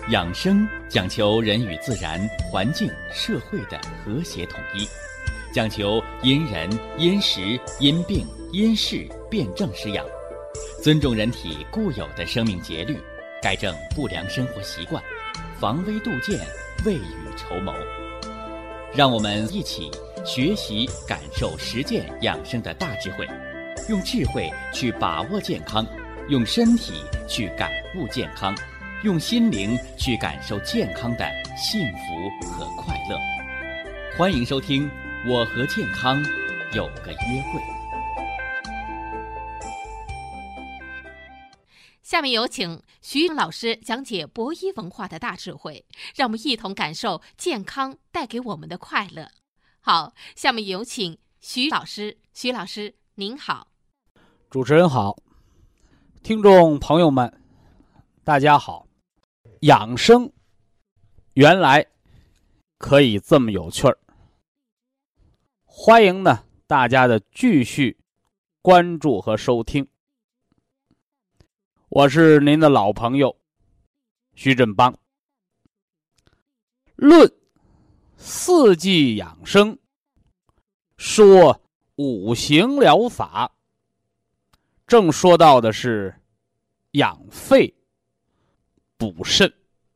养生讲求人与自然、环境、社会的和谐统一，讲求因人、因时、因病、因事辩证施养，尊重人体固有的生命节律，改正不良生活习惯，防微杜渐，未雨绸缪。让我们一起学习、感受、实践养生的大智慧，用智慧去把握健康，用身体去感悟健康，用心灵去感受健康的幸福和快乐。欢迎收听《我和健康有个约会》。 下面有请徐老师讲解博医文化的大智慧，让我们一同感受健康带给我们的快乐。好，下面有请徐老师。徐老师您好。 主持人好，听众朋友们大家好。养生原来可以这么有趣儿，欢迎呢大家的继续关注和收听。我是您的老朋友徐振邦。论四季养生，说五行疗法，正说到的是养肺补肾。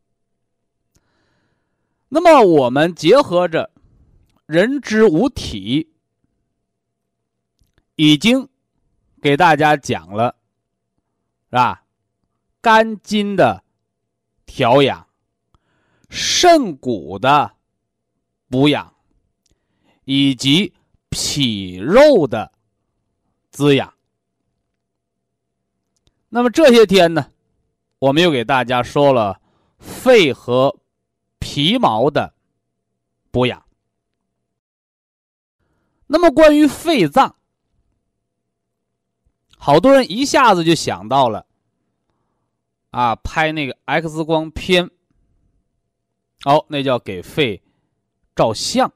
那么我们结合着人之五体，已经给大家讲了，是吧？肝经的调养，肾骨的补养，以及脾肉的滋养。那么这些天呢，我们又给大家说了肺和皮毛的补养。那么关于肺脏，好多人一下子就想到了拍那个 X 光片，那叫给肺照相，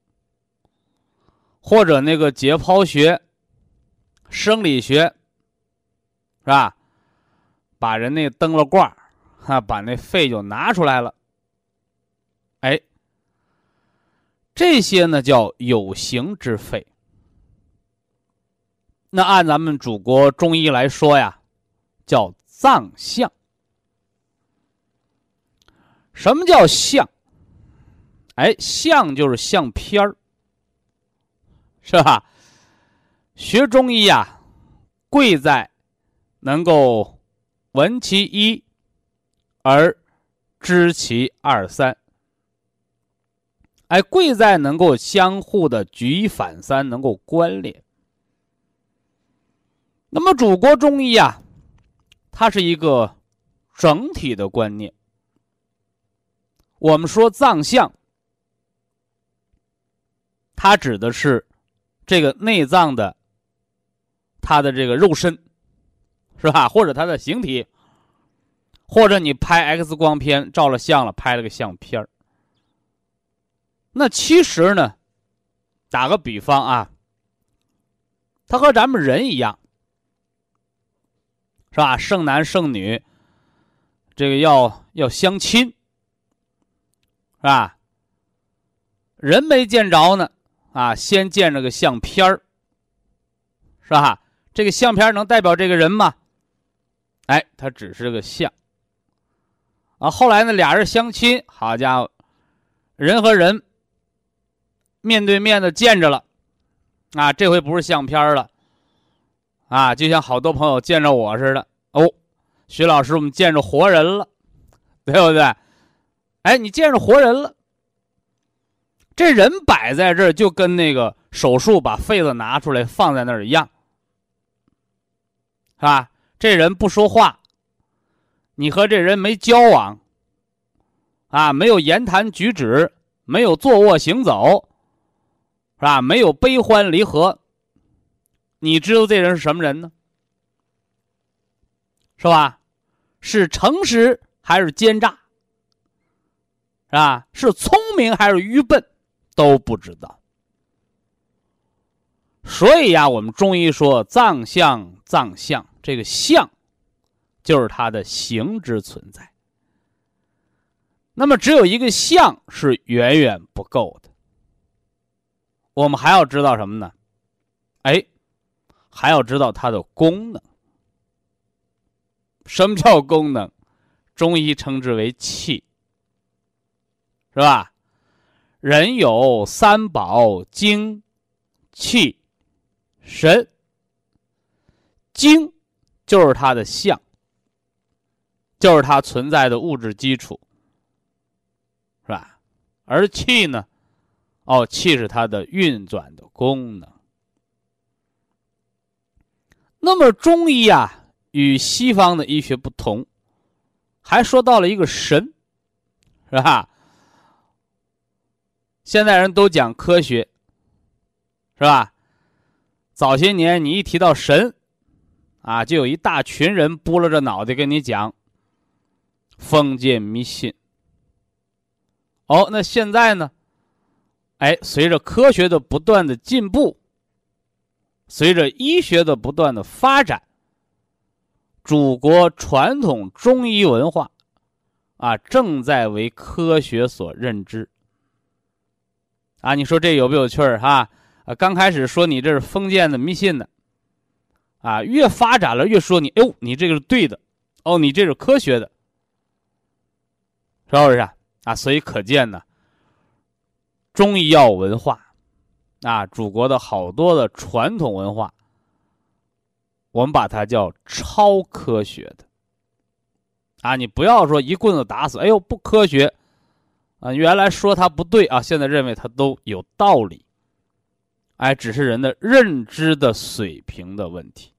或者那个解剖学、生理学，是吧？把人那蹬了罐把那肺就拿出来了。这些呢叫有形之肺。那按咱们祖国中医来说呀，叫脏象。什么叫相？相就是相片儿，是吧？学中医呀，贵在能够闻其一而知其二三。贵在能够相互的举一反三，能够关联。那么祖国中医啊，它是一个整体的观念。我们说脏象，它指的是这个内脏的它的这个肉身，是吧？或者它的形体，或者你拍 X 光片照了相了，拍了个相片。那其实呢，打个比方它和咱们人一样，是吧？剩男剩女，这个要相亲，是吧？人没见着呢，先见着个相片儿，是吧？这个相片能代表这个人吗？它只是个相。后来呢，俩人相亲，好家伙，人和人面对面的见着了，这回不是相片了，就像好多朋友见着我似的，徐老师，我们见着活人了，对不对？你见着活人了，这人摆在这儿就跟那个手术把肺子拿出来放在那儿一样，是吧？这人不说话，你和这人没交往，没有言谈举止，没有坐卧行走，是吧？没有悲欢离合，你知道这人是什么人呢？是吧？是诚实还是奸诈？是吧？是聪明还是愚笨？都不知道。所以我们中医说脏象，脏象，这个象就是它的形之存在。 那么只有一个相是远远不够的，我们还要知道什么呢？还要知道它的功能。什么叫功能？中医称之为气，是吧？人有三宝：精、气、神。精就是它的相，就是它存在的物质基础，是吧？而气呢？气是它的运转的功能。那么中医啊，与西方的医学不同，还说到了一个神，是吧？现在人都讲科学，是吧？早些年你一提到神啊，就有一大群人拨了着脑袋跟你讲封建迷信。那现在呢？随着科学的不断的进步，随着医学的不断的发展，祖国传统中医文化正在为科学所认知。你说这有没有趣儿哈？刚开始说你这是封建的迷信的，越发展了越说你这个是对的，你这是科学的，是不是所以可见呢，中医药文化祖国的好多的传统文化，我们把它叫超科学的你不要说一棍子打死，不科学原来说它不对现在认为它都有道理，只是人的认知的水平的问题。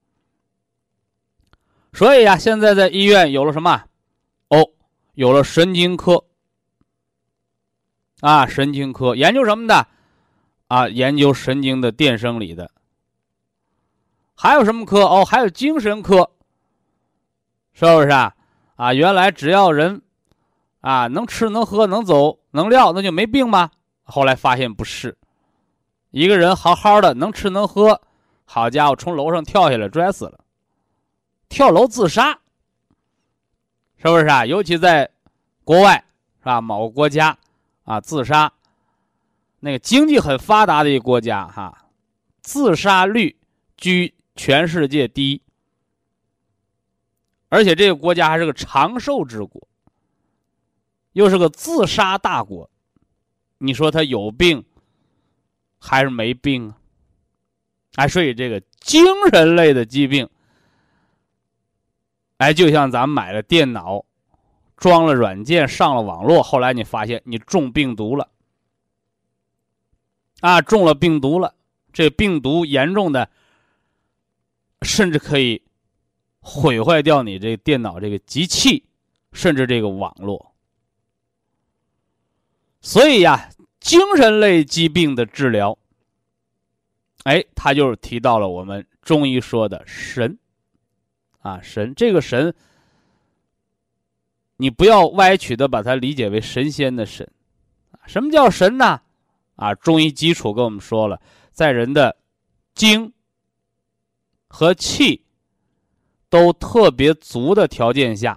所以现在在医院有了什么？有了神经科神经科研究什么的研究神经的电生理的。还有什么科？还有精神科，是不是原来只要人能吃能喝能走能撂，那就没病吗？后来发现不是，一个人好好的能吃能喝，好家伙，从楼上跳下来摔死了，跳楼自杀，是不是尤其在国外是吧？某个国家自杀，那个经济很发达的一个国家自杀率居全世界第一，而且这个国家还是个长寿之国，又是个自杀大国，你说他有病还是没病所以这个精神类的疾病就像咱们买了电脑，装了软件，上了网络，后来你发现你中病毒了中了病毒了，这病毒严重的甚至可以毁坏掉你这电脑这个机器，甚至这个网络。所以精神类疾病的治疗它就是提到了我们中医说的神神。这个神你不要歪曲的把它理解为神仙的神。什么叫神呢？中医基础跟我们说了，在人的精和气都特别足的条件下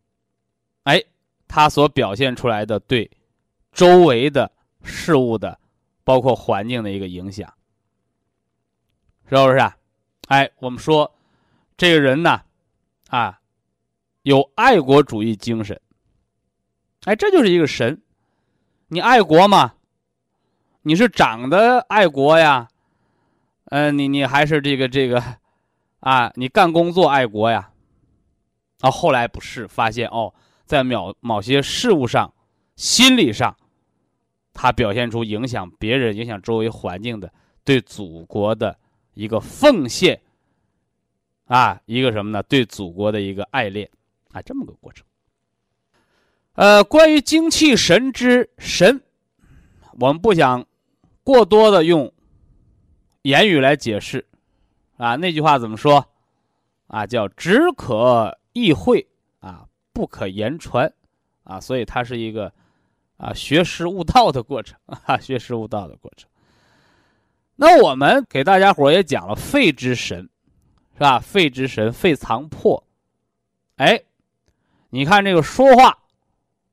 它所表现出来的对周围的事物的包括环境的一个影响，是不是我们说这个人呢有爱国主义精神这就是一个神。你爱国吗？你是长得爱国呀你还是这个你干工作爱国呀后来不是发现在某些事物上心理上它表现出影响别人影响周围环境的对祖国的一个奉献一个什么呢？对祖国的一个爱恋这么个过程。关于精气神之神，我们不想过多的用言语来解释那句话怎么说叫只可意会不可言传所以它是一个学识悟道的过程学识悟道的过程。那我们给大家伙也讲了肺之神，是吧？肺之神，肺藏魄。你看这个说话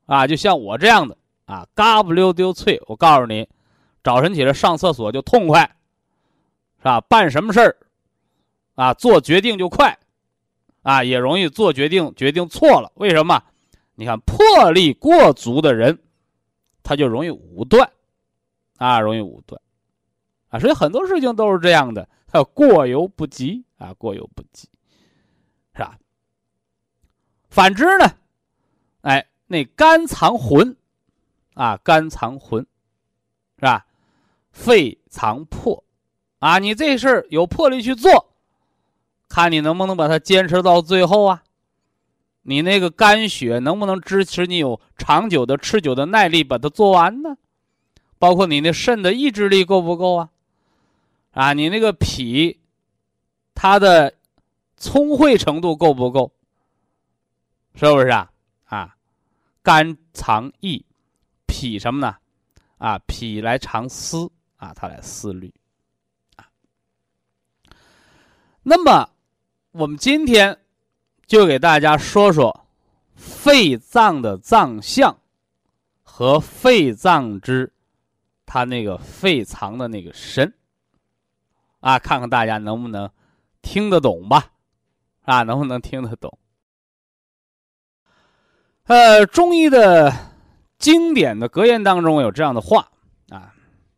啊，就像我这样的啊，嘎不溜丢脆。我告诉你，早晨起来上厕所就痛快，是吧？办什么事儿啊，做决定就快，啊，也容易做决定错了。为什么？你看魄力过足的人，他就容易武断，啊，容易武断，啊，所以很多事情都是这样的，还有过犹不及啊，过犹不及，是吧？反之呢，哎，那肝藏魂，啊，肝藏魂，是吧？肺藏魄，啊，你这事儿有魄力去做，看你能不能把它坚持到最后啊？你那个肝血能不能支持你有长久的、持久的耐力把它做完呢？包括你那肾的意志力够不够啊？啊，你那个脾，它的聪慧程度够不够？是不是啊？啊，肝藏意，脾什么呢？啊，脾来藏思啊，它来思虑啊。那么，我们今天就给大家说说肺脏的脏象和肺脏之它那个肺藏的那个神啊，看看大家能不能听得懂吧？啊，能不能听得懂？中医的经典的格言当中有这样的话啊：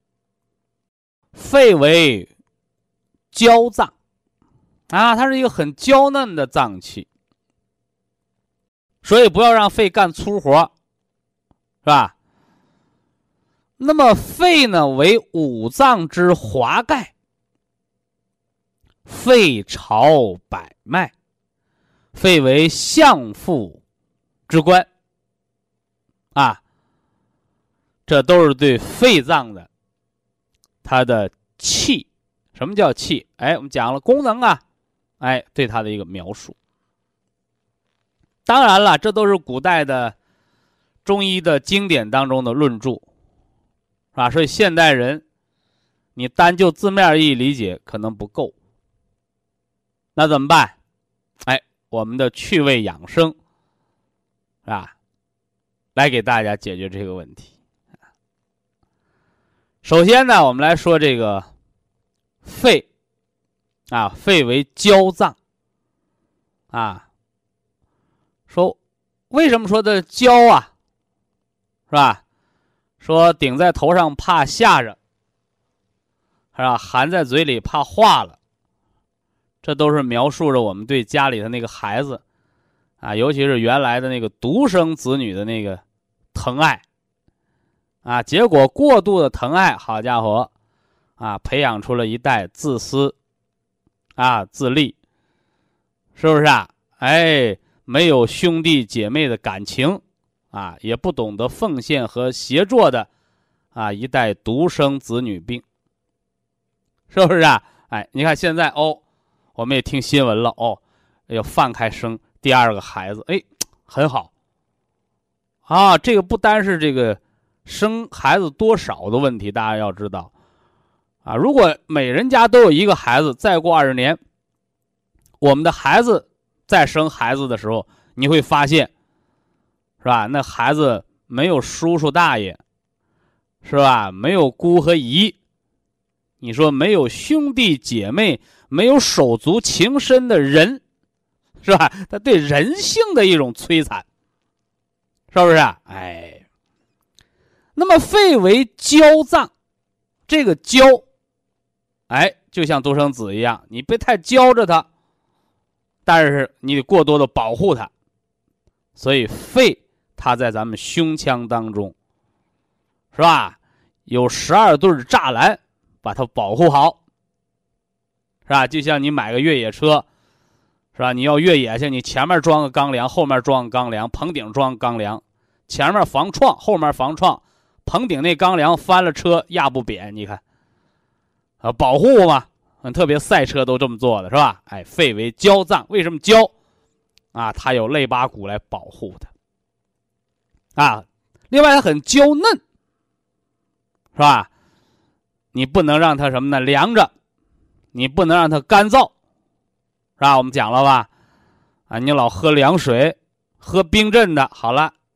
肺为娇脏啊，它是一个很娇嫩的脏器。所以不要让肺干粗活，是吧？那么肺呢，为五脏之华盖，肺朝百脉，肺为相父之官，啊，这都是对肺脏的它的气。什么叫气？哎，我们讲了功能啊，哎，对它的一个描述。当然了，这都是古代的中医的经典当中的论著，是吧？所以现代人，你单就字面意义理解可能不够。那怎么办？哎，我们的趣味养生，是吧？来给大家解决这个问题。首先呢，我们来说这个肺，啊，肺为娇脏，啊。说为什么说的娇啊，是吧？说顶在头上怕吓着，是吧？含在嘴里怕化了，这都是描述着我们对家里的那个孩子啊，尤其是原来的那个独生子女的那个疼爱啊。结果过度的疼爱，好家伙啊，培养出了一代自私啊、自利，是不是啊？哎，没有兄弟姐妹的感情啊，也不懂得奉献和协作的啊，一代独生子女病，是不是啊？哎，你看现在哦，我们也听新闻了哦，要放开生第二个孩子，哎，很好啊。这个不单是这个生孩子多少的问题，大家要知道啊，如果每人家都有一个孩子，再过20年，我们的孩子再生孩子的时候，你会发现，是吧？那孩子没有叔叔大爷，是吧？没有姑和姨，你说没有兄弟姐妹，没有手足情深的人，是吧？他对人性的一种摧残，是不是啊？哎，那么肺为娇脏，这个娇，哎，就像独生子一样，你别太娇着他。但是你得过多的保护它，所以肺它在咱们胸腔当中，是吧？有12对栅栏把它保护好，是吧？就像你买个越野车，是吧？你要越野去，你前面装个钢梁，后面装个钢梁，棚顶装个钢梁，前面防撞，后面防撞，棚顶那钢梁翻了车压不扁，你看，保护嘛。特别赛车都这么做的，是吧？哎，肺为娇脏，为什么娇？啊，它有肋巴骨来保护它。啊，另外它很娇嫩，是吧？你不能让它什么呢？凉着，你不能让它干燥，是吧？我们讲了吧？啊，你老喝凉水，喝冰镇的，好了，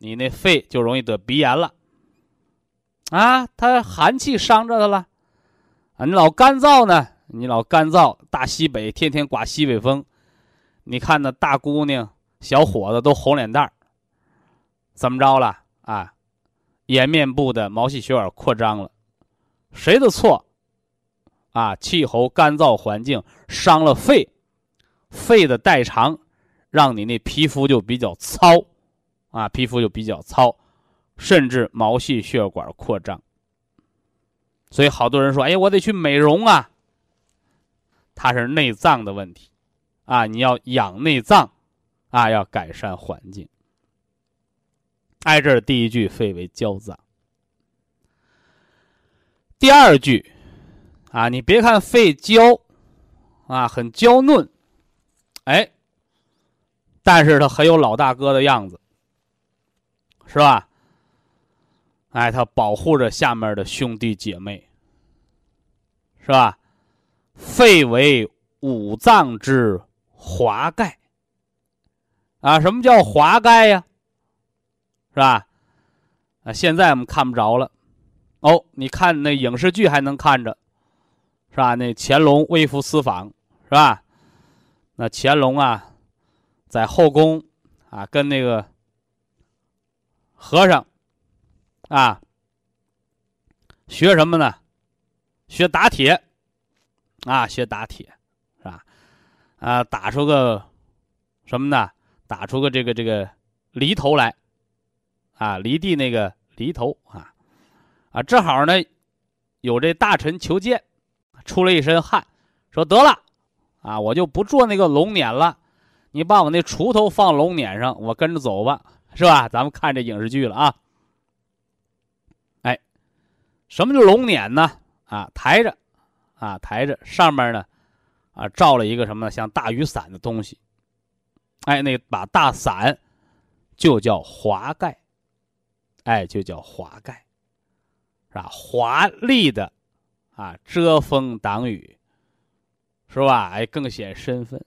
你那肺就容易得鼻炎了。啊，它寒气伤着它了。啊，你老干燥呢，你老干燥，大西北天天刮西北风，你看那大姑娘、小伙子都红脸蛋儿，怎么着了啊？颜面部的毛细血管扩张了，谁的错？啊，气候干燥环境伤了肺，肺的代偿，让你那皮肤就比较糙，啊，皮肤就比较糙，甚至毛细血管扩张。所以好多人说，哎，我得去美容啊。它是内脏的问题，啊，你要养内脏，啊，要改善环境。挨这儿第一句，肺为娇脏。第二句，啊，你别看肺娇，啊，很娇嫩，哎，但是它很有老大哥的样子，是吧？哎，它保护着下面的兄弟姐妹，是吧？肺为五脏之华盖，啊，什么叫华盖呀？是吧？啊，现在我们看不着了。哦，你看那影视剧还能看着，是吧？那乾隆微服私访，是吧？那乾隆啊，在后宫啊，跟那个和尚啊学什么呢？学打铁啊，学打铁，是吧？啊，打出个什么呢？打出个这个犁头来，啊，犁地那个犁头啊，啊，正好呢，有这大臣求见，出了一身汗，说得了，啊，我就不做那个龙辇了，你把我那锄头放龙辇上，我跟着走吧，是吧？咱们看这影视剧了啊。哎，什么叫龙辇呢？啊，抬着，啊，抬着，上面呢，啊，罩了一个什么呢？像大雨伞的东西。哎，那把大伞就叫华盖，哎，就叫华盖，是吧？华丽的，啊，遮风挡雨，是吧？哎，更显身份。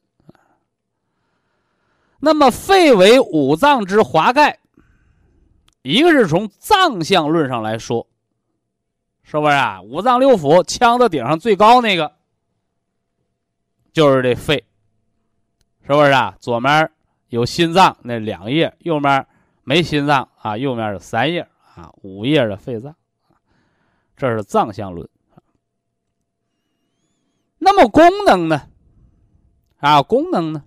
那么肺为五脏之华盖，一个是从脏象论上来说，是不是啊？五脏六腑枪的顶上最高那个就是这肺，是不是啊？左面有心脏那2叶，右面没心脏啊，右面是3叶啊，5叶的肺脏，这是脏象论。那么功能呢？啊，功能呢？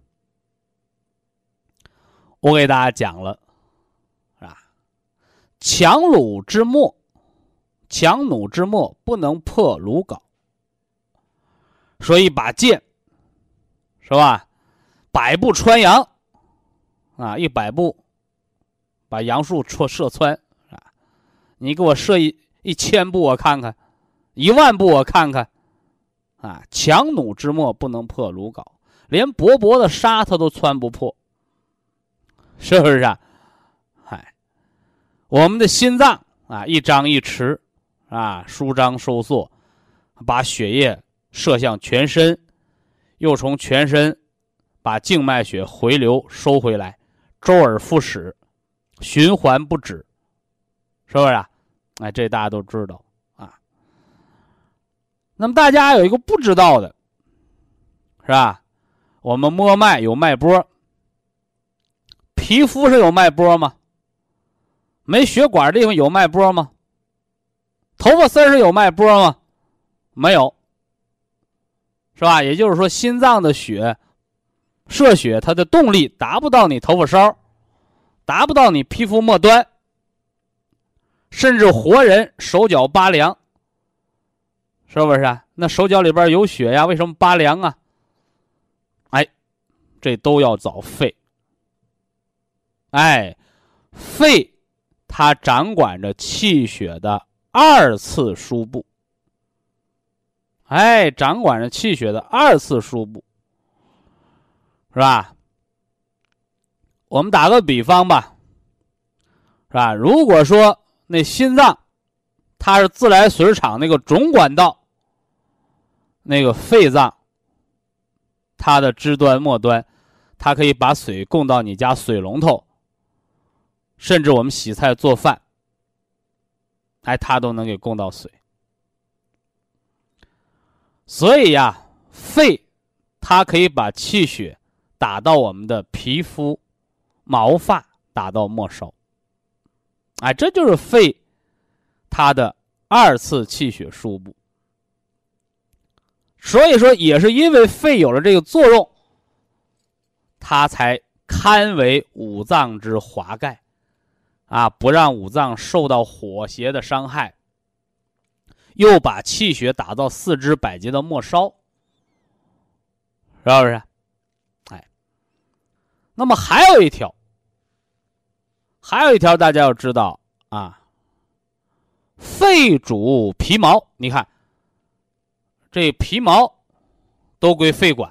我给大家讲了，啊，强弩之末，强弩之末不能破鲁缟。说一把箭，是吧？100步穿杨，啊，100步把杨树射穿，啊，你给我射1000步我看看，10000步我看看，啊，强弩之末不能破鲁缟，连薄薄的纱它都穿不破。是不是啊？嗨，我们的心脏啊，一张一弛啊，舒张收缩，把血液射向全身，又从全身把静脉血回流收回来，周而复始，循环不止，是不是啊？哎，这大家都知道啊。那么大家有一个不知道的，是吧？我们摸脉有脉搏。皮肤是有脉搏吗？没血管的地方有脉搏吗？头发丝是有脉搏吗？没有，是吧？也就是说，心脏的血射血，它的动力达不到你头发梢，达不到你皮肤末端，甚至活人手脚拔凉，是不是啊？那手脚里边有血呀，为什么拔凉啊？哎，这都要找肺。哎，肺它掌管着气血的2次输布，哎，掌管着气血的2次输布，是吧？我们打个比方吧，是吧？如果说那心脏它是自来水厂那个总管道，那个肺脏它的枝端末端，它可以把水供到你家水龙头， 甚至我们洗菜做饭，它都能给供到水。所以呀，肺它可以把气血打到我们的皮肤、毛发，打到末梢。这就是肺它的二次气血输布。所以说，也是因为肺有了这个作用，它才堪为五脏之华盖，不让五脏受到火邪的伤害，又把气血打到四肢百节的末梢，是不是？那么还有一条大家要知道肺主皮毛。你看，这皮毛都归肺管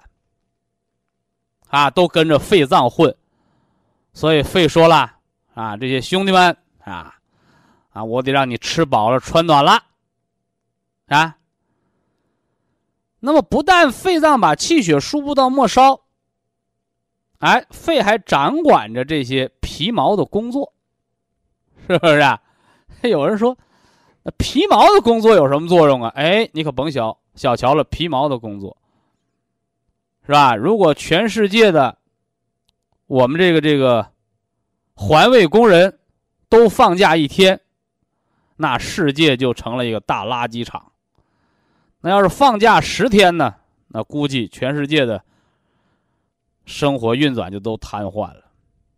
都跟着肺脏混，所以肺说了这些兄弟们我得让你吃饱了穿暖了那么不但肺脏把气血输布到末梢，肺还掌管着这些皮毛的工作，是不是有人说皮毛的工作有什么作用你可甭小瞧了皮毛的工作，是吧？如果全世界的我们这个环卫工人都放假一天，那世界就成了一个大垃圾场。那要是放假10天呢，那估计全世界的生活运转就都瘫痪了。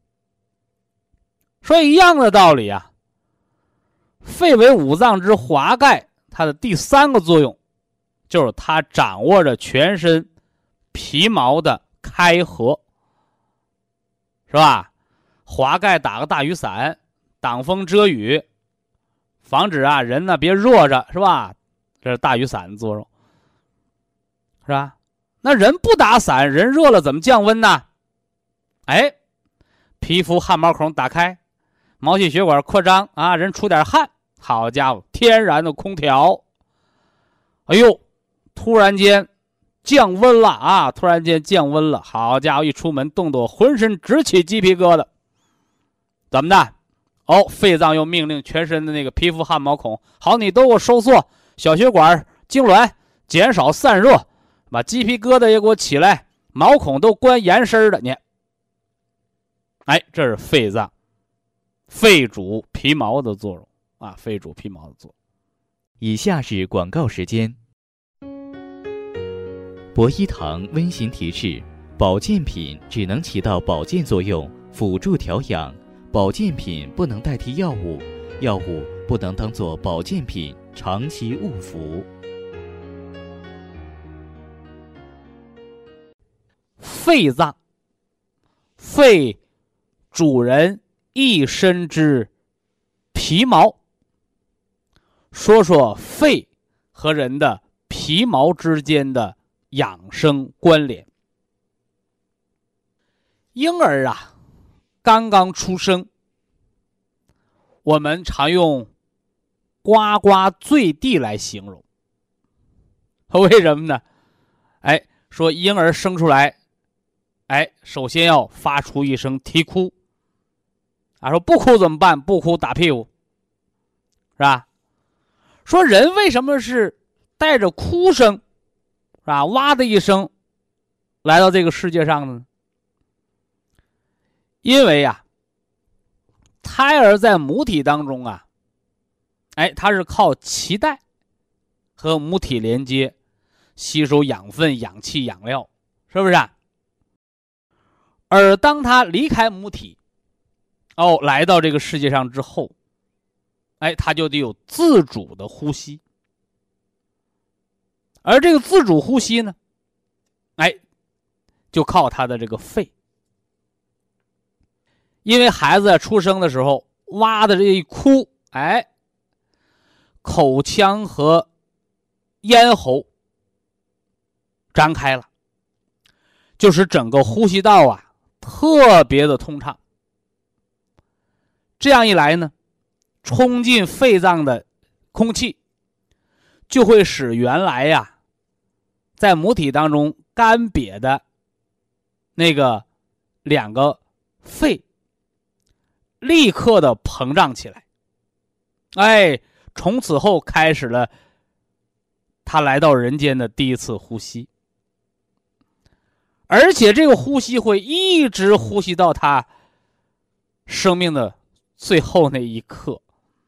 所以一样的道理肺为五脏之华盖，它的第3个作用就是它掌握着全身皮毛的开合，是吧？华盖打个大雨伞，挡风遮雨，防止人别热着，是吧？这是大雨伞的作用，是吧？那人不打伞，人热了怎么降温呢？皮肤汗毛孔打开，毛细血管扩张人出点汗，好家伙，天然的空调，突然间降温了突然间降温了，好家伙，一出门冻得我浑身直起鸡皮疙瘩。怎么的？肺脏又命令全身的那个皮肤汗毛孔，好，你都给我收缩，小血管痉挛，减少散热，把鸡皮疙瘩也给我起来，毛孔都关严实的。你这是肺脏，肺主皮毛的作用肺主皮毛的作用。 以下是广告时间。博一堂温馨提示：保健品只能起到保健作用，辅助调养，保健品不能代替药物，药物不能当作保健品长期误服。 肺脏，肺主人一身之皮毛。说说肺和人的皮毛之间的养生关联。婴儿刚刚出生，我们常用呱呱坠地来形容。为什么呢？说婴儿生出来首先要发出一声啼哭说不哭怎么办？不哭打屁股，是吧？说人为什么是带着哭声是吧？哇的一声来到这个世界上的呢？因为胎儿在母体当中它是靠脐带和母体连接，吸收养分、氧气、养料，是不是而当他离开母体来到这个世界上之后，他就得有自主的呼吸。而这个自主呼吸呢，就靠他的这个肺。因为孩子出生的时候哇的这一哭，口腔和咽喉张开了，就使整个呼吸道特别的通畅。这样一来呢，冲进肺脏的空气就会使原来在母体当中干瘪的那个2个肺立刻的膨胀起来。哎，从此后开始了他来到人间的第一次呼吸，而且这个呼吸会一直呼吸到他生命的最后那一刻。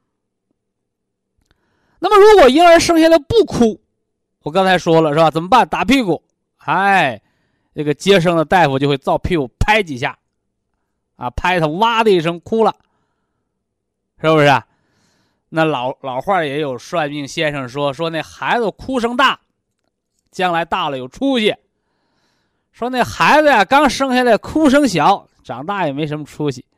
那么如果婴儿生下来不哭，我刚才说了是吧？怎么办？打屁股。哎，这个接生的大夫就会照屁股拍几下，拍他哇的一声哭了，是不是啊？那老话也有算命先生说那孩子哭声大，将来大了有出息。说那孩子呀，刚生下来哭声小，长大也没什么出息。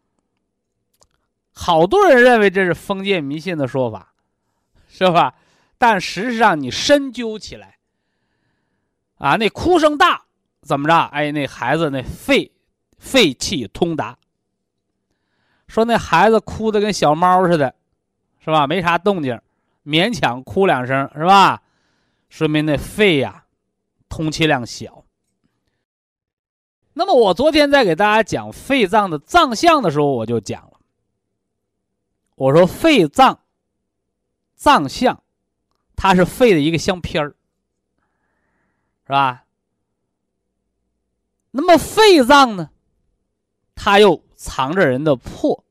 好多人认为这是封建迷信的说法，是吧？但实际上你深究起来，那哭声大怎么着？哎，那孩子那肺气通达。说那孩子哭得跟小猫似的，是吧？没啥动静，勉强哭两声，是吧？说明那肺呀，通气量小。那么我昨天在给大家讲肺脏的脏象的时候，我就讲了，我说肺脏脏象，它是肺的一个相片儿，是吧？那么肺脏呢，它又藏着人的魄。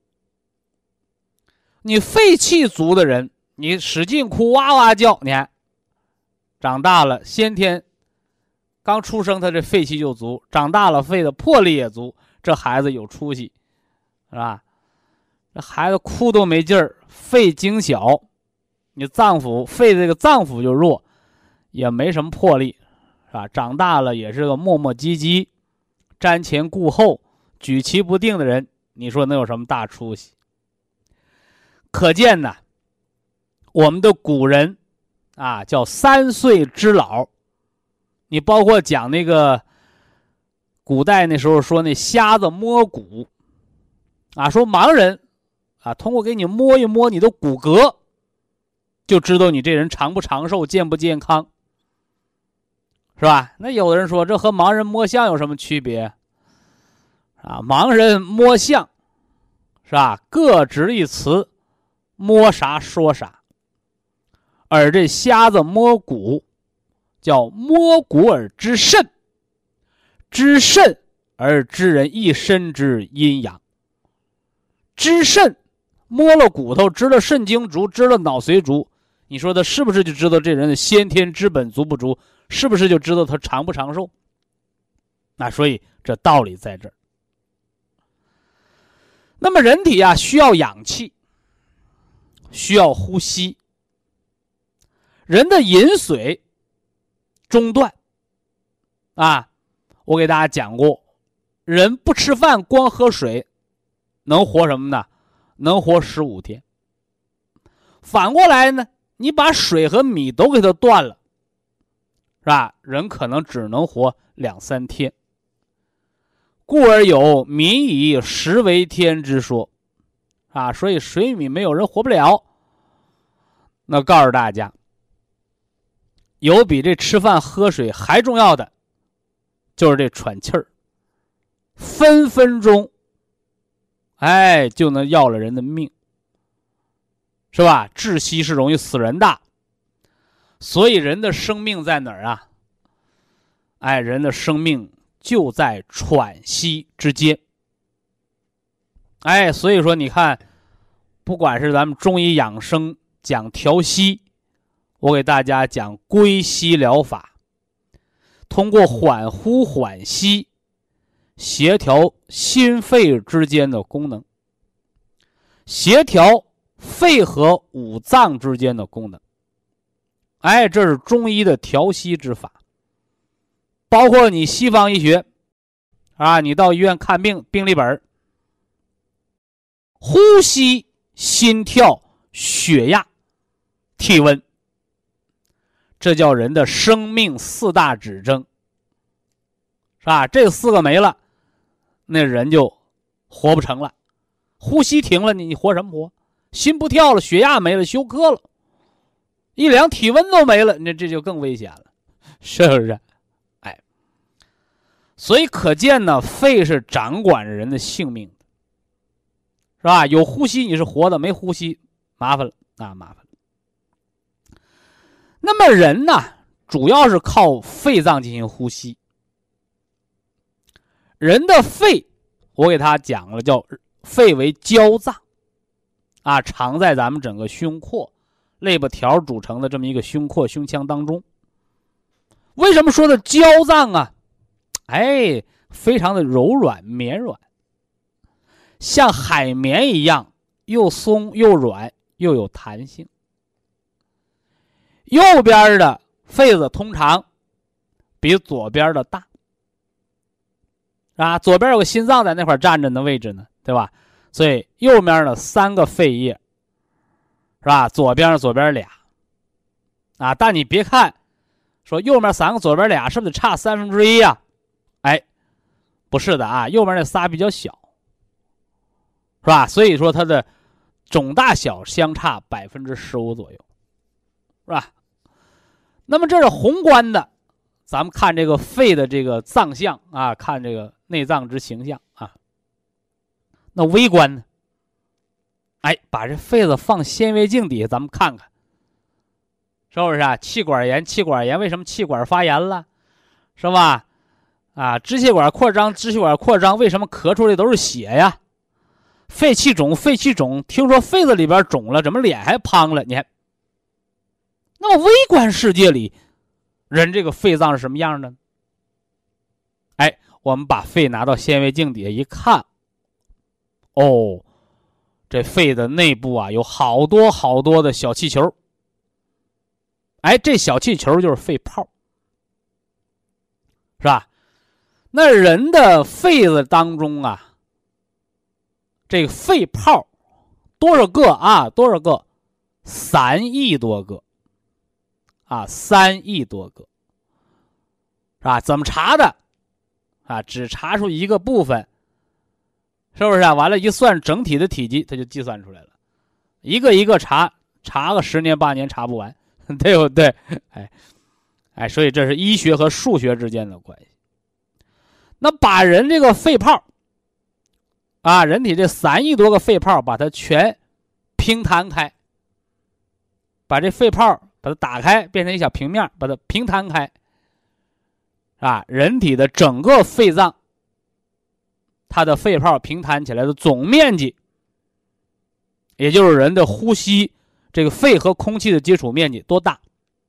你肺气足的人，你使劲哭哇哇叫，你看长大了先天刚出生他这肺气就足，长大了肺的魄力也足，这孩子有出息，是吧？这孩子哭都没劲儿，肺精小，你脏腑肺的这个脏腑就弱，也没什么魄力，是吧？长大了也是个磨磨唧唧、瞻前顾后、举棋不定的人，你说能有什么大出息？可见呢，我们的古人叫3岁之老。你包括讲那个古代那时候说那瞎子摸骨说盲人通过给你摸一摸你的骨骼，就知道你这人长不长寿、健不健康，是吧？那有的人说这和盲人摸象有什么区别盲人摸象是吧？各执一词，摸啥说啥。而这瞎子摸骨叫摸骨而知肾，知肾而知人一身之阴阳。知肾摸了骨头，知了肾精足，知了脑髓足，你说他是不是就知道这人的先天之本足不足？是不是就知道他长不长寿？所以这道理在这儿。那么人体需要氧气，需要呼吸。人的饮水中断我给大家讲过，人不吃饭光喝水能活什么呢？能活15天。反过来呢，你把水和米都给它断了，是吧？人可能只能活2-3天。故而有民以食为天之说所以水米没有人活不了。那告诉大家，有比这吃饭喝水还重要的，就是这喘气儿，分分钟就能要了人的命，是吧？窒息是容易死人的。所以人的生命在哪儿人的生命就在喘息之间。所以说你看，不管是咱们中医养生讲调息，我给大家讲归息疗法，通过缓呼缓吸协调心肺之间的功能，协调肺和五脏之间的功能。这是中医的调息之法。包括你西方医学你到医院看病，病历本呼吸、心跳、血压、体温，这叫人的生命4大指征，是吧？这4个没了，那人就活不成了。呼吸停了，你活什么活？心不跳了，血压没了，休克了，一量体温都没了，那这就更危险了，是不是？所以可见呢，肺是掌管着人的性命的。 是吧？有呼吸你是活的，没呼吸麻烦了啊，麻烦了。那么人呢，主要是靠肺脏进行呼吸。人的肺，我给他讲了，叫肺为娇脏啊，藏在咱们整个胸廓、肋巴条组成的这么一个胸廓、胸腔当中。为什么说的娇脏啊？哎，非常的柔软绵软，像海绵一样，又松又软又有弹性。右边的肺子通常比左边的大啊，左边有个心脏在那块站着的位置呢，对吧？所以右边的3个肺叶是吧？左边俩啊，但你别看说右面3个左边俩是不是得差1/3呀？哎，不是的啊，右边那仨比较小，是吧？所以说它的总大小相差15%左右，是吧？那么这是宏观的，咱们看这个肺的这个脏象啊，看这个内脏之形象啊。那微观呢？哎，把这肺子放显微镜底下，咱们看看，是不是啊？气管炎为什么气管发炎了，是吧？啊，支气管扩张，为什么咳出来都是血呀？肺气肿，听说肺子里边肿了，怎么脸还胖了？你看，那么微观世界里，人这个肺脏是什么样的？哎，我们把肺拿到显微镜底下一看，哦，这肺的内部啊有好多的小气球，哎，这小气球就是肺泡，是吧？那人的肺子当中啊，这个肺泡多少个啊？多少个？3亿多个啊，3亿多个，是吧？怎么查的啊？只查出一个部分，是不是啊？完了，一算整体的体积，它就计算出来了。一个一个查个10年8年查不完，对不对？哎，所以这是医学和数学之间的关系。那把人这个肺泡啊，人体这3亿多个肺泡，把它全平摊开，把这肺泡把它打开，变成一小平面，把它平摊开，啊，人体的整个肺脏，它的肺泡平摊起来的总面积，也就是人的呼吸这个肺和空气的接触面积多大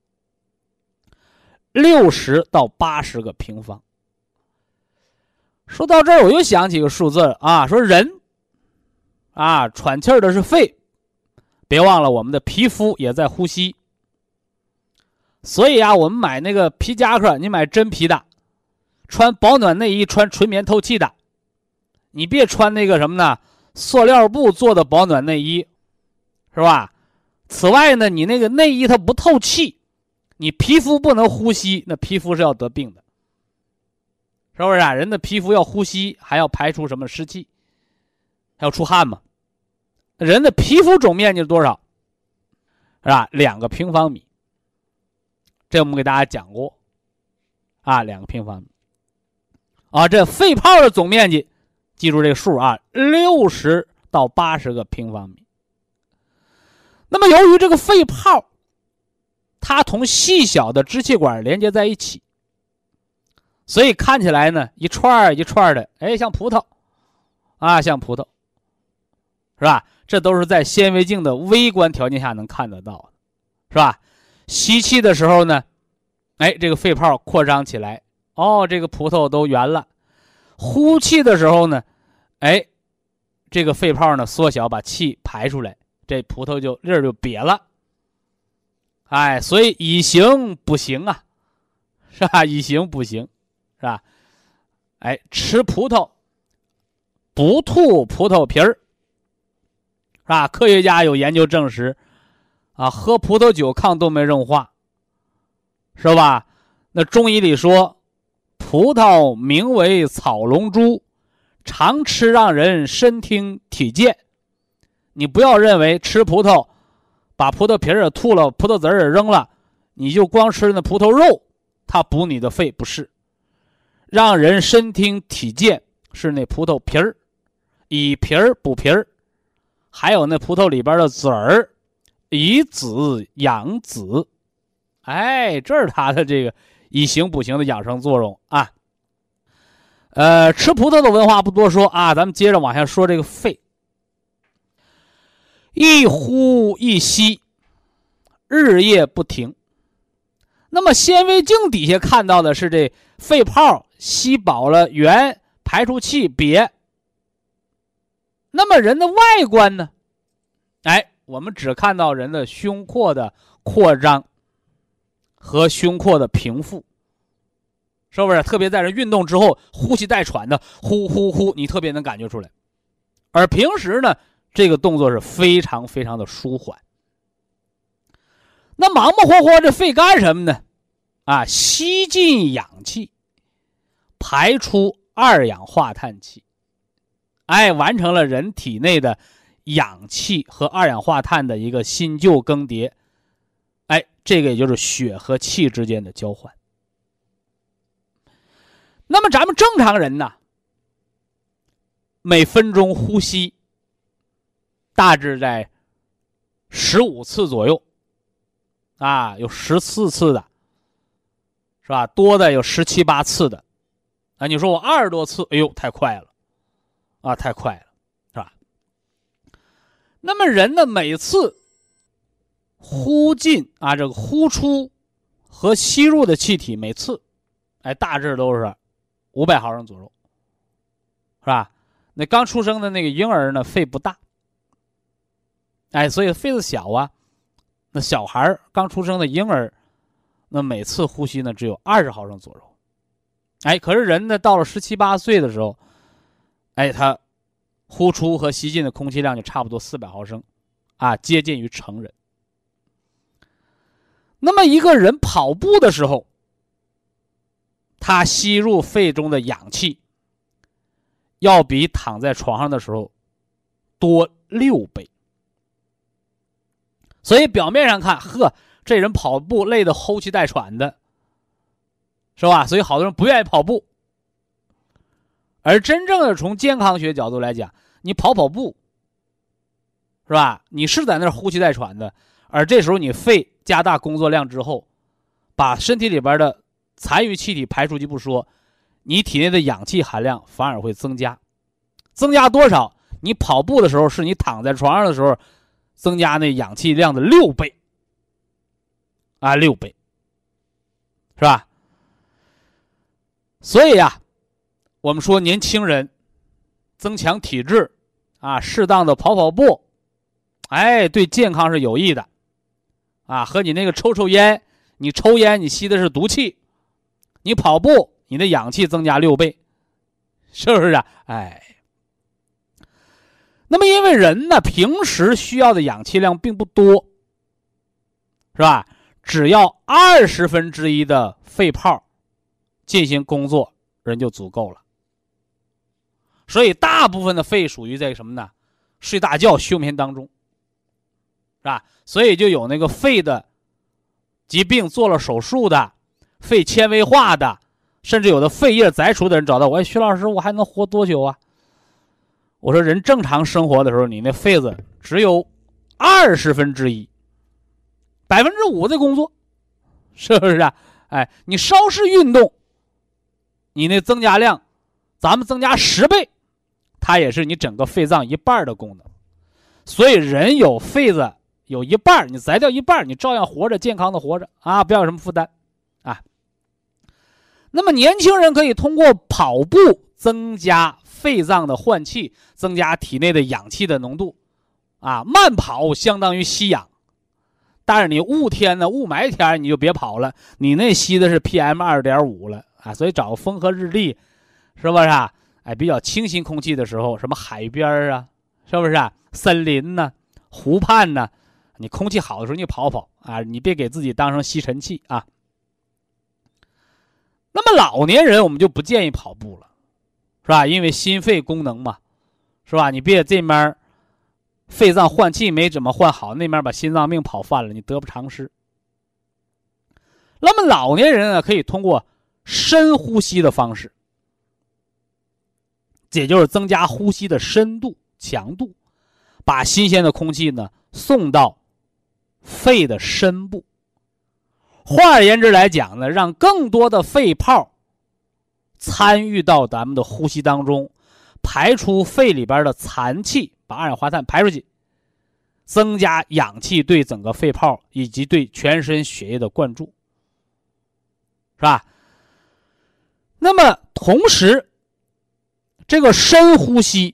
？60到80个平方。说到这儿，我又想起个数字啊，说人啊，喘气儿的是肺，别忘了我们的皮肤也在呼吸。所以啊，我们买那个皮夹克，你买真皮的，穿保暖内衣，穿纯棉透气的，你别穿那个什么呢，塑料布做的保暖内衣，是吧？此外呢，你那个内衣它不透气，你皮肤不能呼吸，那皮肤是要得病的。是不是啊？人的皮肤要呼吸，还要排出什么湿气，还要出汗嘛？人的皮肤总面积是多少？是吧？2个平方米。这我们给大家讲过啊，2个平方米。啊，这肺泡的总面积，记住这个数啊，60到80个平方米。那么由于这个肺泡，它同细小的支气管连接在一起。所以看起来呢，一串一串的，哎，像葡萄，啊，像葡萄，是吧？这都是在显微镜的微观条件下能看得到的，是吧？吸气的时候呢，哎，这个肺泡扩张起来，哦，这个葡萄都圆了。呼气的时候呢，哎，这个肺泡呢缩小，把气排出来，这葡萄就粒儿就瘪了。哎，所以以形补形啊，是吧？以形补形。是吧？哎，吃葡萄不吐葡萄皮儿，是吧？科学家有研究证实，啊，喝葡萄酒抗动脉硬化，是吧？那中医里说，葡萄名为草龙珠，常吃让人身听体健。你不要认为吃葡萄，把葡萄皮儿也吐了，葡萄籽儿也扔了，你就光吃那葡萄肉，它补你的肺，不是。让人身听体健是那葡萄皮儿，以皮儿补皮儿， 还有那葡萄里边的籽儿，以籽养子。哎，这是它的这个以形补形的养生作用啊。吃葡萄的文化不多说啊，咱们接着往下说这个肺。一呼一吸，日夜不停。那么显微镜底下看到的是这肺泡吸饱了圆，排出气瘪。那么人的外观呢？哎，我们只看到人的胸廓的扩张和胸廓的平复，是不是？特别在人运动之后呼吸带喘的呼呼呼，你特别能感觉出来。而平时呢，这个动作是非常非常的舒缓。那忙忙活活这肺干什么呢？啊，吸进氧气，排出二氧化碳气，哎，完成了人体内的氧气和二氧化碳的一个新旧更迭。哎，这个也就是血和气之间的交换。那么咱们正常人呢，每分钟呼吸大致在15次左右，啊，有14次的，是吧？多的有17、18次的，啊，你说我20多次，哎呦，太快了，啊，太快了，是吧？那么人呢，每次呼进啊，这个呼出和吸入的气体，每次，哎，大致都是500毫升左右，是吧？那刚出生的那个婴儿呢，肺不大，哎，所以肺子小啊。那小孩刚出生的婴儿，那每次呼吸呢只有20毫升左右，哎，可是人呢到了17、18岁的时候，哎，他呼出和吸进的空气量就差不多400毫升，啊，接近于成人。那么一个人跑步的时候，他吸入肺中的氧气，要比躺在床上的时候多6倍。所以表面上看，呵，这人跑步累得呼气带喘的，是吧？所以好多人不愿意跑步。而真正的从健康学角度来讲，你跑步，是吧？你是在那儿呼气带喘的，而这时候你肺加大工作量之后，把身体里边的残余气体排出去不说，你体内的氧气含量反而会增加。增加多少？你跑步的时候是你躺在床上的时候增加那氧气量的6倍，啊，6倍，是吧？所以呀，我们说年轻人增强体质啊，适当的跑步，哎，对健康是有益的，啊，和你那个抽烟，你抽烟你吸的是毒气，你跑步你的氧气增加6倍，是不是啊？哎。那么因为人呢平时需要的氧气量并不多，是吧？只要1/20的肺泡进行工作，人就足够了。所以大部分的肺属于这个什么呢？睡大觉休眠当中，是吧？所以就有那个肺的疾病做了手术的，肺纤维化的，甚至有的肺叶摘除的人找到我，徐老师，我还能活多久啊？我说人正常生活的时候，你那肺子只有1/20，5%的工作，是不是啊？哎，你稍事运动，你那增加量，咱们增加10倍，它也是你整个肺脏1半的功能。所以人有肺子有1半，你摘掉1半，你照样活着，健康的活着啊，不要有什么负担啊。那么年轻人可以通过跑步增加肺脏的换气，增加体内的氧气的浓度，啊，慢跑相当于吸氧，但是你雾天呢，雾霾天你就别跑了，你那吸的是 PM2.5 了啊，所以找个风和日丽，是不是啊？哎，比较清新空气的时候，什么海边啊，是不是啊？森林呢，湖畔呢，你空气好的时候你跑跑啊，你别给自己当成吸尘器啊。那么老年人我们就不建议跑步了。是吧？因为心肺功能嘛，是吧？你别这面肺脏换气没怎么换好，那面把心脏病跑犯了，你得不偿失。那么老年人呢，可以通过深呼吸的方式，也就是增加呼吸的深度、强度， 把新鲜的空气呢送到肺的深部。换而言之来讲呢，让更多的肺泡参与到咱们的呼吸当中，排出肺里边的残气，把二氧化碳排出去，增加氧气对整个肺泡以及对全身血液的灌注，是吧？那么同时，这个深呼吸，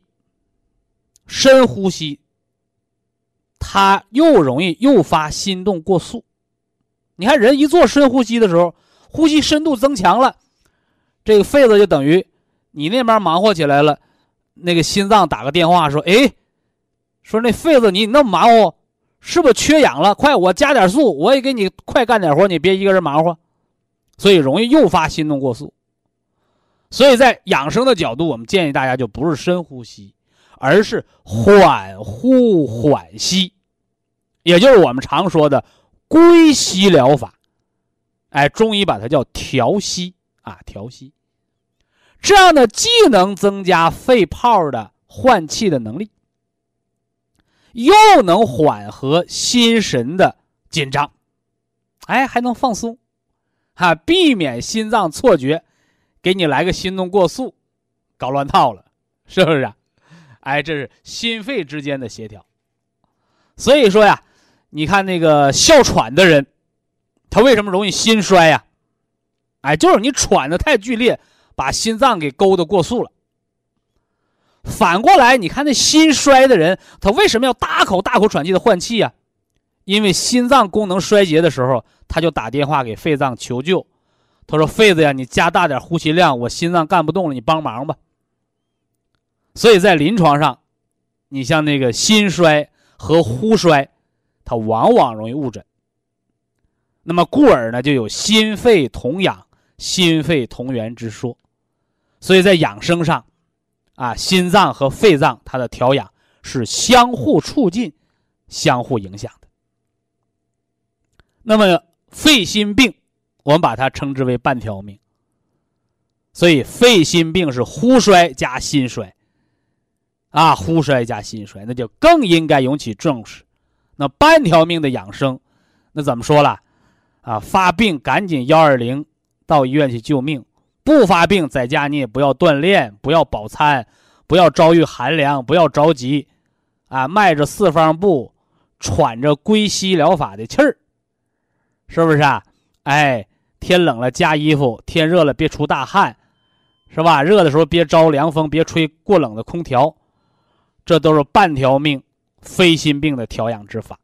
它又容易诱发心动过速。你看人一做深呼吸的时候，呼吸深度增强了，这个肺子就等于你那边忙活起来了，那个心脏打个电话说，说那肺子你那么忙活，是不是缺氧了？快，我加点速，我也给你快干点活，你别一个人忙活。所以容易诱发心动过速。所以在养生的角度，我们建议大家就不是深呼吸，而是缓呼缓吸，也就是我们常说的归息疗法。中医把它叫调息调息。这样呢，既能增加肺泡的换气的能力，又能缓和心神的紧张，还能放松，避免心脏错觉，给你来个心动过速，搞乱套了，是不是这是心肺之间的协调。所以说呀，你看那个哮喘的人，他为什么容易心衰呀？就是你喘得太剧烈，把心脏给勾得过速了。反过来，你看那心衰的人，他为什么要大口喘气的换气呀？因为心脏功能衰竭的时候，他就打电话给肺脏求救，他说肺子呀，你加大点呼吸量，我心脏干不动了，你帮忙吧。所以在临床上，你像那个心衰和呼衰，它往往容易误诊。那么故而呢，就有心肺同养、心肺同源之说。所以在养生上心脏和肺脏它的调养是相互促进、相互影响的。那么肺心病我们把它称之为半条命，所以肺心病是呼衰加心衰呼衰加心衰，那就更应该引起重视。那半条命的养生，那怎么说了发病赶紧120到医院去救命，不发病在家你也不要锻炼，不要饱餐，不要遭遇寒凉，不要着急迈着四方步，喘着归息疗法的气儿，是不是天冷了加衣服，天热了别出大汗，是吧？热的时候别招凉风，别吹过冷的空调，这都是半条命非心病的调养之法。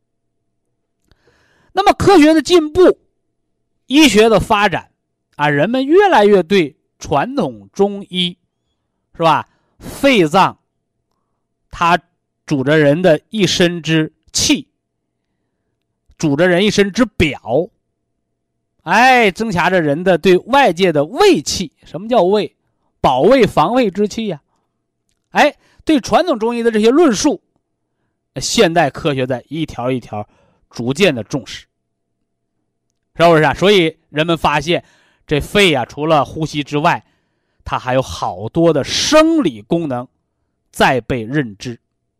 那么科学的进步，医学的发展人们越来越对传统中医，是吧？肺脏它主着人的一身之气，主着人一身之表，增强着人的对外界的卫气。什么叫卫？保卫防卫之气呀。对传统中医的这些论述，现代科学在一条一条逐渐的重视，是不是所以人们发现这肺除了呼吸之外，它还有好多的生理功能在被认知。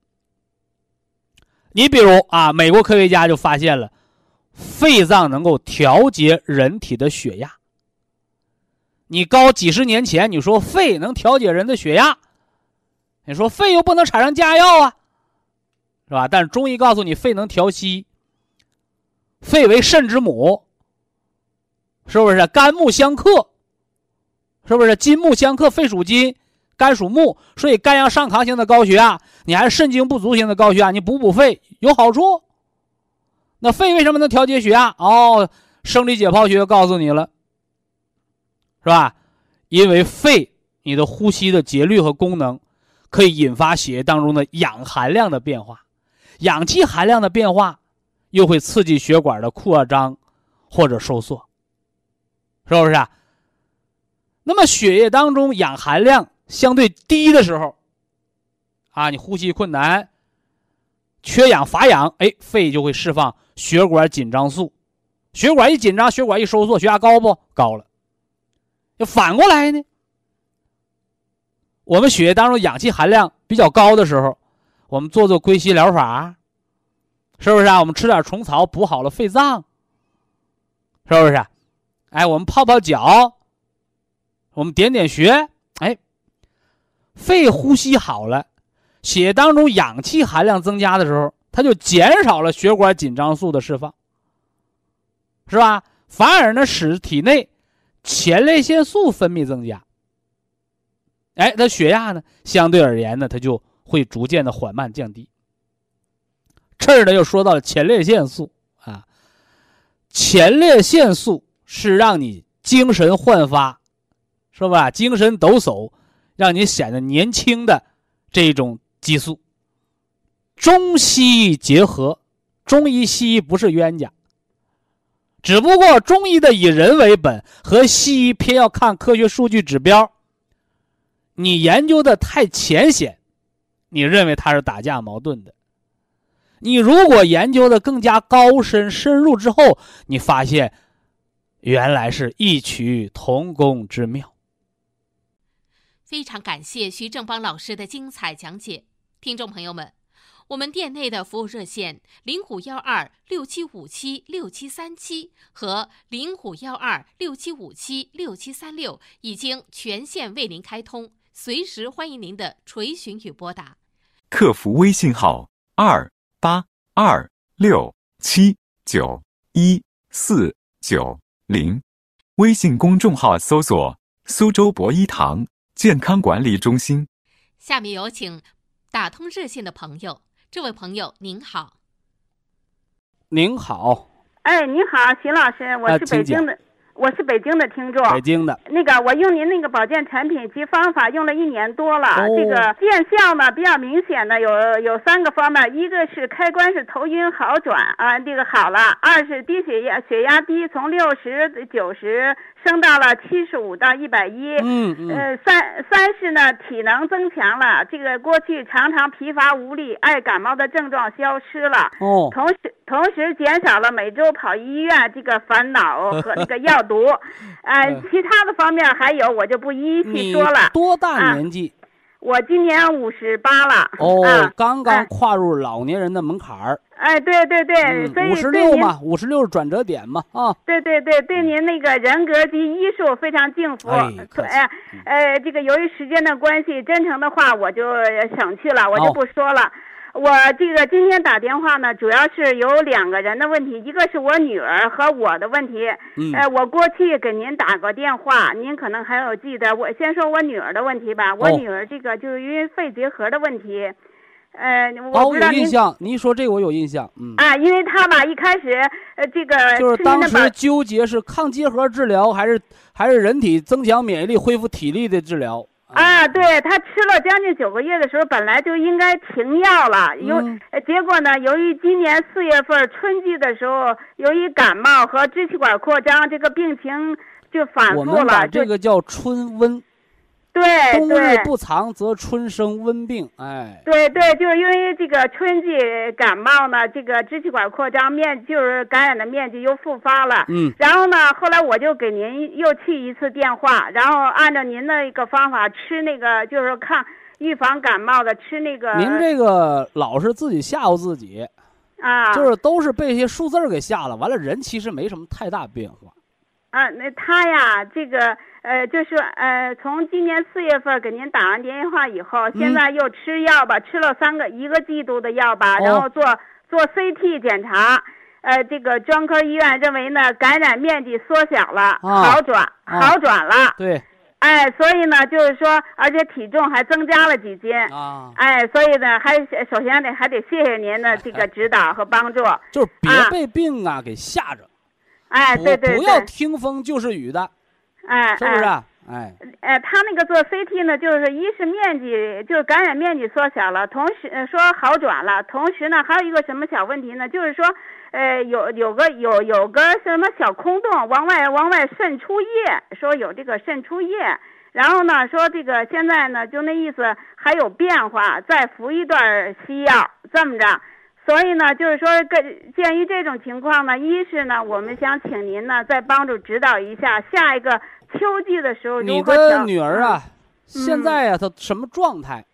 你比如美国科学家就发现了肺脏能够调节人体的血压。你高几十年前你说肺能调节人的血压，你说肺又不能产生佳药是吧？但是中医告诉你肺能调息，肺为肾之母，是不是？肝木相克，是不是？金木相克，肺属金，肝属木，所以肝阳上亢型的高血压，你还是肾精不足型的高血压，你补肺有好处。那肺为什么能调节血压？生理解剖学告诉你了，是吧？因为肺你的呼吸的节律和功能可以引发血液当中的氧含量的变化，氧气含量的变化又会刺激血管的扩张或者收缩，是不是那么血液当中氧含量相对低的时候你呼吸困难，缺氧乏氧，肺就会释放血管紧张素，血管一紧张，血管一收缩，血压高不？高了。反过来呢，我们血液当中氧气含量比较高的时候， 我们做归西疗法，是不是啊？我们吃点虫草补好了肺脏，是不是？哎，我们泡泡脚，我们点穴，哎，肺呼吸好了，血当中氧气含量增加的时候，它就减少了血管紧张素的释放，是吧？反而呢，使体内前列腺素分泌增加。哎，它血压呢，相对而言呢，它就会逐渐的缓慢降低。这儿呢又说到了前列腺素啊，前列腺素是让你精神焕发，是吧？精神抖擞，让你显得年轻的这种激素。中西医结合，中医西医不是冤家，只不过中医的以人为本，和西医偏要看科学数据指标。你研究的太浅显，你认为它是打架矛盾的。你如果研究的更加高深深入之后，你发现原来是异曲同工之妙。 非常感谢徐正邦老师的精彩讲解。听众朋友们，我们店内的服务热线051267576737和051267576736已经全线为您开通，随时欢迎您的垂询与拨打。 客服微信号2826791490，微信公众号搜索苏州博医堂健康管理中心。 下面有请打通热线的朋友。这位朋友您好。 您好。 哎，你好，徐老师，我是北京的，我是北京的听众。 北京的。 那个，我用您那个保健产品及方法用了1年多了，这个见效呢比较明显的有3个方面，一个是开关是头晕好转啊，这个好了；二是低血压低，从60、90升到了75到110。三是呢体能增强了，这个过去常常疲乏无力、爱感冒的症状消失了。同时减少了每周跑医院这个烦恼和那个药毒。其他的方面还有我就不一一去说了。 你多大年纪？ 我今年58了。 刚刚跨入老年人的门槛儿。 哎，对，所以 56嘛，56是转折点嘛，啊。 对，对您那个人格及医术非常敬服。这个由于时间的关系，真诚的话我就省去了，我就不说了。我这个今天打电话呢，主要是有2个人的问题，一个是我女儿和我的问题。我过去给您打过电话，您可能还有记得。我先说我女儿的问题吧。我女儿这个就是因为肺结核的问题。我不知道有印象，您一说这个我有印象。 因为她吧一开始这个就是当时纠结是抗结核治疗还是人体增强免疫力恢复体力的治疗。 对，他吃了将近9个月的时候，本来就应该停药了。结果呢，由于今年4月份春季的时候，由于感冒和支气管扩张，这个病情就反复了。 我们把这个叫春瘟。 对， 冬日不藏则春生温病。 对，就是因为这个春季感冒呢，这个支气管扩张就是感染的面积又复发了。然后呢，后来我就给您又去一次电话，然后按照您的一个方法吃那个，就是预防感冒的吃那个。 您这个老是自己吓唬自己就是都是被一些数字给吓了，完了人其实没什么太大变化。 那他呀，这个就是从今年4月份给您打完电话以后，现在又吃药吧，吃了1个季度的药吧，然后做 CT 检查，这个专科医院认为呢感染面积缩小了，好转了。 对。 所以呢，就是说，而且体重还增加了几斤所以呢，首先还得谢谢您的这个指导和帮助。 就是别被病给吓着。 对， 不要听风就是雨的，是不是？ 他那个做 CT 呢，就是一是面积，就是感染面积缩小了，同时说好转了，同时呢还有一个什么小问题呢？就是说，有个什么小空洞往外渗出液，说有这个渗出液，然后呢说这个现在呢就那意思还有变化，再服一段西药，这么着。所以呢，就是说，鉴于这种情况呢，一是呢，我们想请您呢再帮助指导一下，下一个秋季的时候如何。 你的女儿现在她什么状态？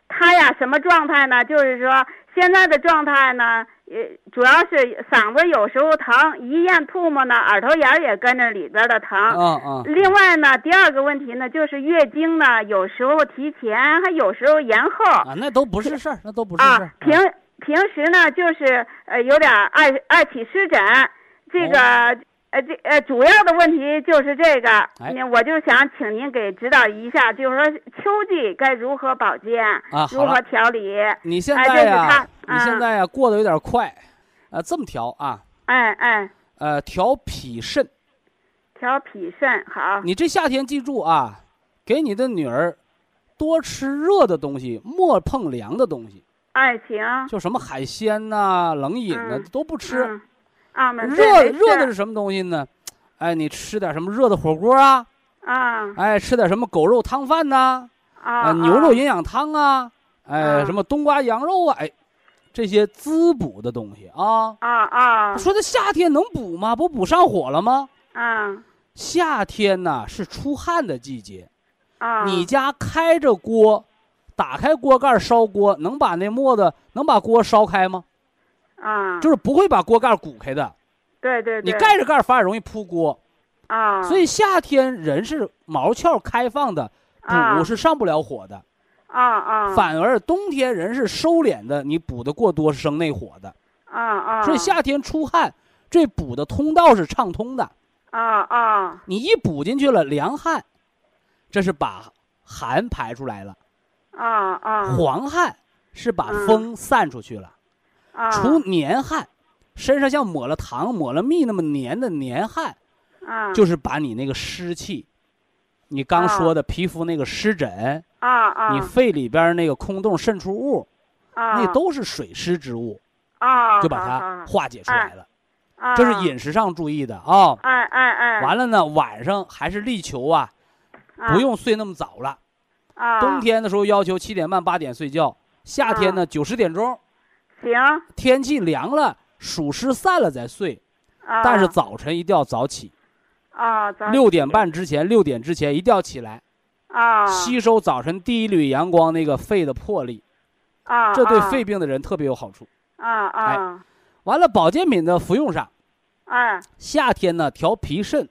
他呀什么状态呢？就是说现在的状态呢，主要是嗓子有时候疼，一咽唾沫呢，耳朵眼也跟着里边的疼。另外呢，第二个问题呢，就是月经呢，有时候提前，还有时候延后。 啊，那都不是事儿，那都不是事儿。 平时呢，就是有点爱起湿疹，这个。主要的问题就是这个，我就想请您给指导一下，就是说秋季该如何保健，如何调理。 你现在呀，你现在呀过得有点快，这么调啊，调脾肾， 调脾肾好。 你这夏天记住啊，给你的女儿多吃热的东西，莫碰凉的东西。 行。 就什么海鲜呐、冷饮呐都不吃。 热的是什么东西呢？你吃点什么热的火锅啊？吃点什么狗肉汤饭呐？牛肉营养汤啊？什么冬瓜羊肉啊？这些滋补的东西啊。说这夏天能补吗？不补上火了吗？夏天呢是出汗的季节。你家开着锅，打开锅盖烧锅，能把锅烧开吗？就是不会把锅盖鼓开的。 对。 你盖着盖反而容易扑锅。所以夏天人是毛窍开放的，补是上不了火的。反而冬天人是收敛的，你补的过多是生内火的。所以夏天出汗，这补的通道是畅通的。你一补进去了凉汗，这是把寒排出来了。黄汗是把风散出去了。除黏汗，身上像抹了糖抹了蜜那么黏的黏汗，就是把你那个湿气，你刚说的皮肤那个湿疹，你肺里边那个空洞渗出物，那都是水湿之物，就把它化解出来了。这是饮食上注意的啊。完了呢，晚上还是力求不用睡那么早了。冬天的时候要求7点半8点睡觉，夏天呢9、10点钟。 行。 天气凉了，暑湿散了再睡，但是早晨一定要早起。6点半之前，6点之前一定要起来。吸收早晨第一缕阳光那个肺的魄力。这对肺病的人特别有好处。完了，保健品的服用上。夏天呢调脾肾。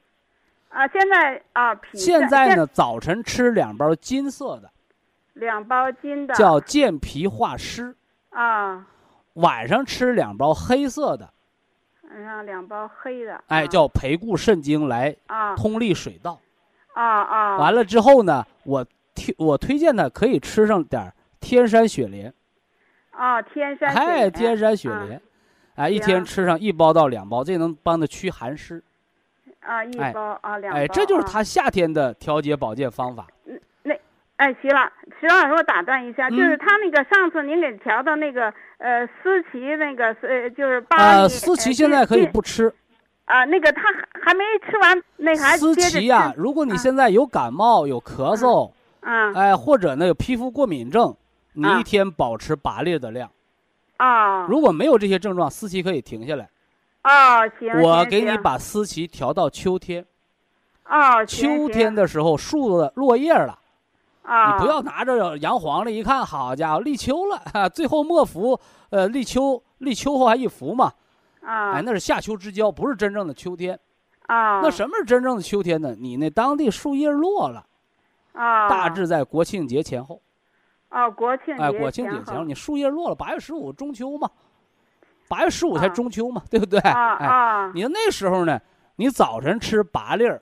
现在呢早晨吃2包金色的。 2包金的。 叫健脾化湿。晚上吃2包黑色的， 让2包黑的， 叫培固肾精来通利水道。完了之后呢，我推荐他可以吃上点天山雪莲。 天山雪莲。 天山雪莲，一天吃上1包到2包，这能帮他驱寒湿。 1包2包。 这就是他夏天的调节保健方法。 徐老师，我打断一下，就是他那个上次您给调的那个思琪那个就是8。 思琪现在可以不吃。 那个他还没吃完，那还思琪呀，如果你现在有感冒、有咳嗽，或者呢有皮肤过敏症，你一天保持8粒的量。如果没有这些症状，思琪可以停下来。 行。 我给你把思琪调到秋天。秋天的时候树的落叶了。你不要拿着洋黄的，一看，好家伙，立秋了，最后末伏，立秋后还一伏嘛，那是夏秋之交，不是真正的秋天。那什么是真正的秋天呢？你那当地树叶落了，大致在国庆节前后。 国庆节前后，你树叶落了，8月15中秋嘛，8月15才中秋嘛，对不对？你那时候呢，你早晨吃8粒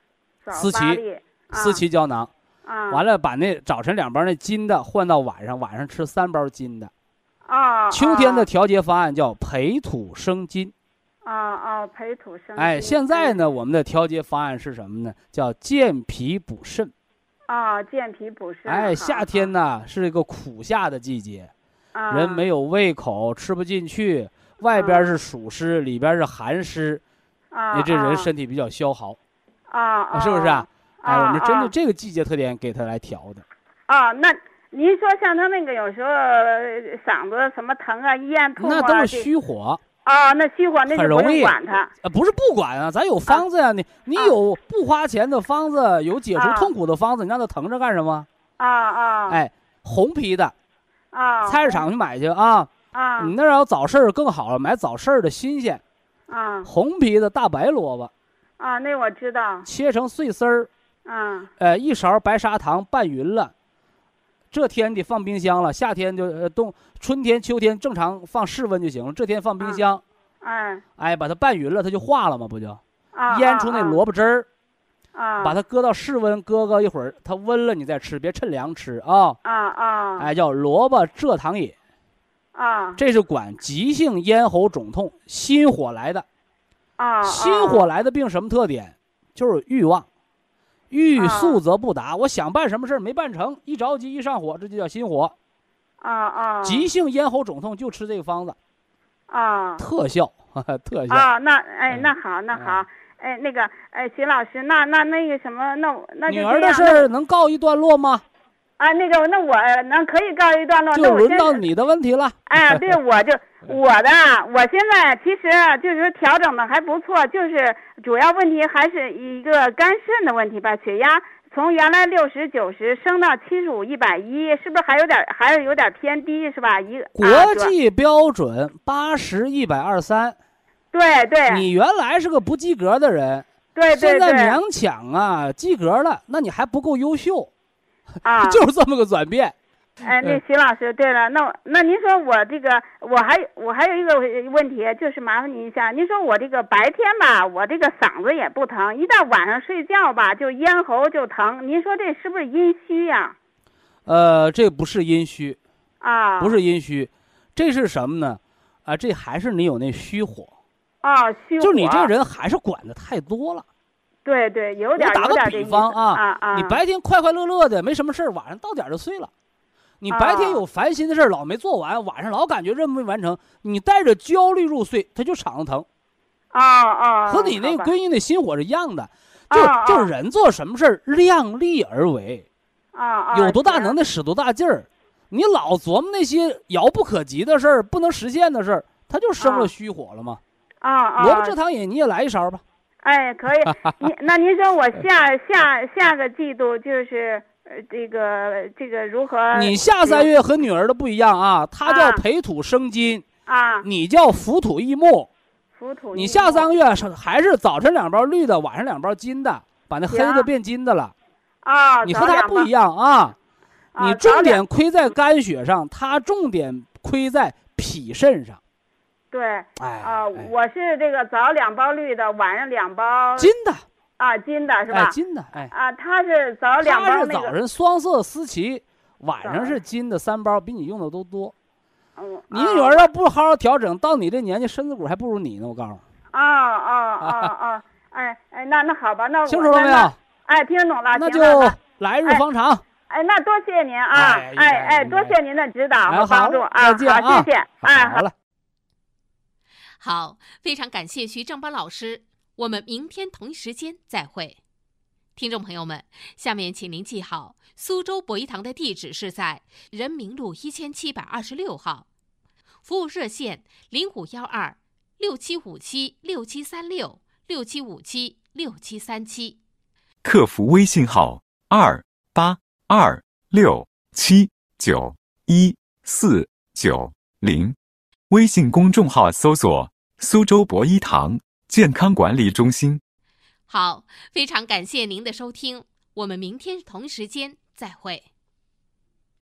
思琪胶囊。完了，把那早晨2包那金的换到晚上吃3包金的。秋天的调节方案叫培土生金。 培土生金。 现在呢，我们的调节方案是什么呢？叫健脾补肾。 健脾补肾。 夏天呢是一个苦夏的季节，人没有胃口，吃不进去，外边是暑湿，里边是寒湿，你这人身体比较消耗。是不是啊？我们针对这个季节特点给他来调的。 那您说像他那个有时候嗓子什么疼一咽唾沫， 那都是虚火。 那虚火那就不用管它。 不是不管啊，咱有方子呀。你有不花钱的方子，有解除痛苦的方子，你让他疼着干什么？红皮的， 啊， 菜市场去买去啊。 啊， 你那儿要早市儿更好了，买早市儿的新鲜， 啊红皮的大白萝卜， 啊，那我知道。 切成碎丝儿，一勺白砂糖拌匀了，这天得放冰箱了，夏天就春天秋天正常放室温就行了，这天放冰箱。把它拌匀了，它就化了嘛，不就？腌出那萝卜汁儿。把它搁到室温，搁个一会儿，它温了你再吃，别趁凉吃啊。叫萝卜蔗糖饮。这是管急性咽喉肿痛、心火来的。心火来的病什么特点？就是欲望，欲速则不达。我想办什么事儿没办成，一着急一上火，这就叫心火。急性咽喉肿痛就吃这个方子。特效，特效。 那好。徐老师，那个什么，那女儿的事儿能告一段落吗？ 那我可以告一段落。 就轮到你的问题了。 对，我现在其实就是调整的还不错，就是主要问题还是一个肝肾的问题吧，血压从原来60、90升到75、110，是不是还是有点偏低，是吧？ 国际标准80、123。 对， 你原来是个不及格的人， 对， 现在勉强及格了，那你还不够优秀，就是这么个转变。 那徐老师，对了，那您说我这个，我还有一个问题，就是麻烦您一下，您说我这个白天吧，我这个嗓子也不疼，一到晚上睡觉吧，就咽喉就疼，您说这是不是阴虚呀？ 这不是阴虚，不是阴虚，这是什么呢？这还是你有那虚火。 虚火， 就是你这个人还是管的太多了。 对，有点。 我打个比方你白天快快乐乐的没什么事儿，晚上到点就睡了。你白天有烦心的事儿老没做完，晚上老感觉任务没完成，你带着焦虑入睡，他就嗓子疼。和你那闺女的心火是一样的，就是人做什么事儿量力而为。有多大能耐使多大劲儿。你老琢磨那些遥不可及的事儿，不能实现的事儿，他就生了虚火了嘛。萝卜蔗糖饮你也来一勺吧。 可以。那您说我下个季度就是这个如何？ 你下3月和女儿的不一样啊，她叫培土生金你叫浮土益木。你下3个月还是早晨2包绿的，晚上2包金的，把那黑的变金的了。你和她不一样你重点亏在肝血上，她重点亏在脾肾上。 对，我是这个早2包绿的，晚上2包金的。 金的是吧？ 金的， 他是早2包他是早晨双色思琪，晚上是金的3包，比你用的都多。你女儿要不好好调整，到你这年纪身子骨还不如你呢，我告诉你。 那好吧，那清楚了没有？ 听懂了。 那就来日方长。 那多谢您多谢您的指导和帮助再见好，谢谢。 好了。 好，非常感谢徐正邦老师，我们明天同一时间再会。听众朋友们，下面请您记好，苏州博医堂的地址是在人民路1726号，服务热线05126757673667576737， 客服微信号282679140，微信公众号搜索苏州博医堂健康管理中心。 好，非常感谢您的收听，我们明天同时间再会。